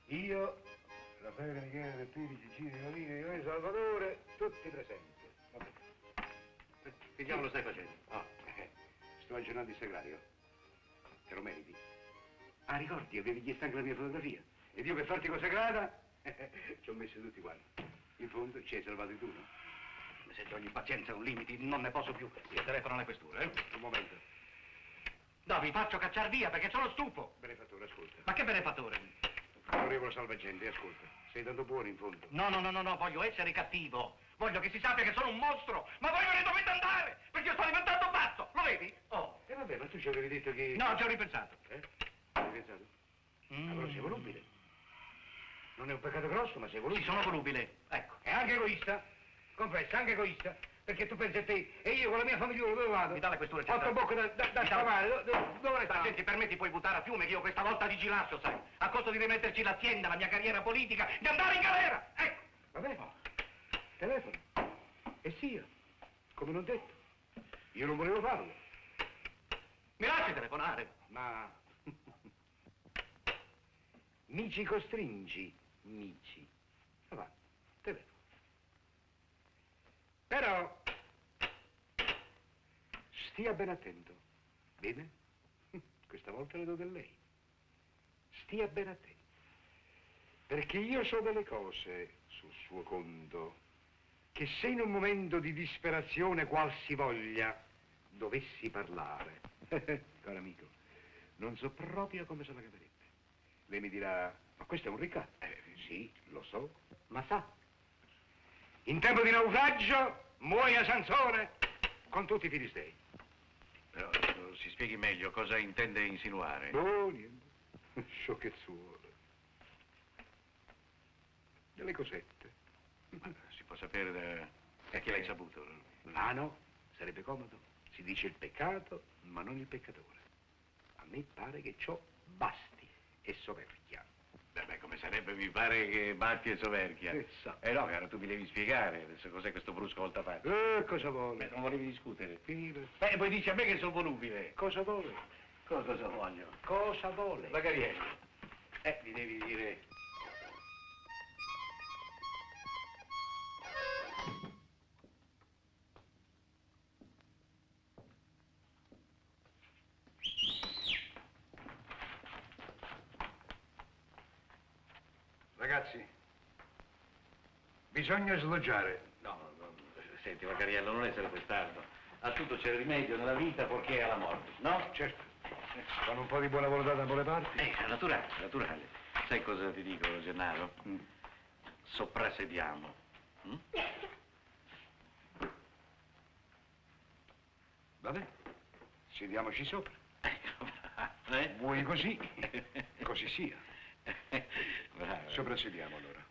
Io, Raffaele, Michele, Peppini, Cicini, Marina, Ioane, Salvatore, tutti presenti. Vabbè. Che diavolo stai facendo? Ah, sto aggiornando il sagrario. Te lo meriti. Ah, ricordi, avevi chiesto anche la mia fotografia. Ed io per farti consacrata, ci ho messo tutti quanti. In fondo ci hai salvato tu, no? Mi sento ogni pazienza un limite, non ne posso più. Io telefono alle questure, eh? Un momento. No, vi faccio cacciar via perché sono stufo. Benefattore, ascolta. Ma che benefattore? Onorevole Salvagente, ascolta. Sei tanto buono in fondo. No, voglio essere cattivo. Voglio che si sappia che sono un mostro. Ma voi me ne dovete andare, perché io sto diventando pazzo. Lo vedi? Oh. E vabbè, ma tu ci avevi detto che... No, ci ho ripensato. Hai pensato? Allora sei volubile. Non è un peccato grosso, ma sei volubile. Sì, sono volubile. Ecco. E anche egoista. Confessa, anche egoista. Perché tu pensi a te e io con la mia famiglia dove vado? Mi dà la questura. Otto bocche da scavare. Dove sta? Senti, per me ti puoi buttare a fiume, che io questa volta vigilascio, sai. A costo di rimetterci l'azienda, la mia carriera politica, di andare in galera. Ecco. Va bene. Telefono. E sia. Come non detto. Io non volevo farlo. Mi lasci telefonare? Ma... mi ci costringi, Mici. Va, telefono. Però... stia ben attento. Bene? Questa volta le do del lei. Stia ben attento. Perché io so delle cose sul suo conto che se in un momento di disperazione qualsivoglia dovessi parlare, caro amico, non so proprio come se la caverebbe. Lei mi dirà, ma questo è un ricatto. Sì, lo so, ma sa. In tempo di naufragio muoia Sansone con tutti i filistei. Però si spieghi meglio cosa intende insinuare. No, niente. Sciocchezzuole. Delle cosette. Ma si può sapere da chi l'hai saputo? Ah no, sarebbe comodo. Si dice il peccato, ma non il peccatore. A me pare che ciò basti e soverchia. Beh, come sarebbe, mi pare che batti e soverchia. No, caro, tu mi devi spiegare adesso cos'è questo brusco voltafaccia. Cosa vuole? Non volevi discutere? Finire. Poi dici a me che sono volubile. Cosa vuole? Cosa voglio? Cosa vuole? La carriera. Mi devi dire... Ragazzi, bisogna sloggiare. No, senti, Macariello, non essere testardo. A tutto c'è rimedio nella vita perché alla morte, no? Certo. Con un po' di buona volontà da amore parti. Naturale. Sai cosa ti dico, Gennaro? Soprassediamo. Vabbè, sediamoci sopra. Eh? Vuoi così? Così sia. Bravo. Soprassediamo allora.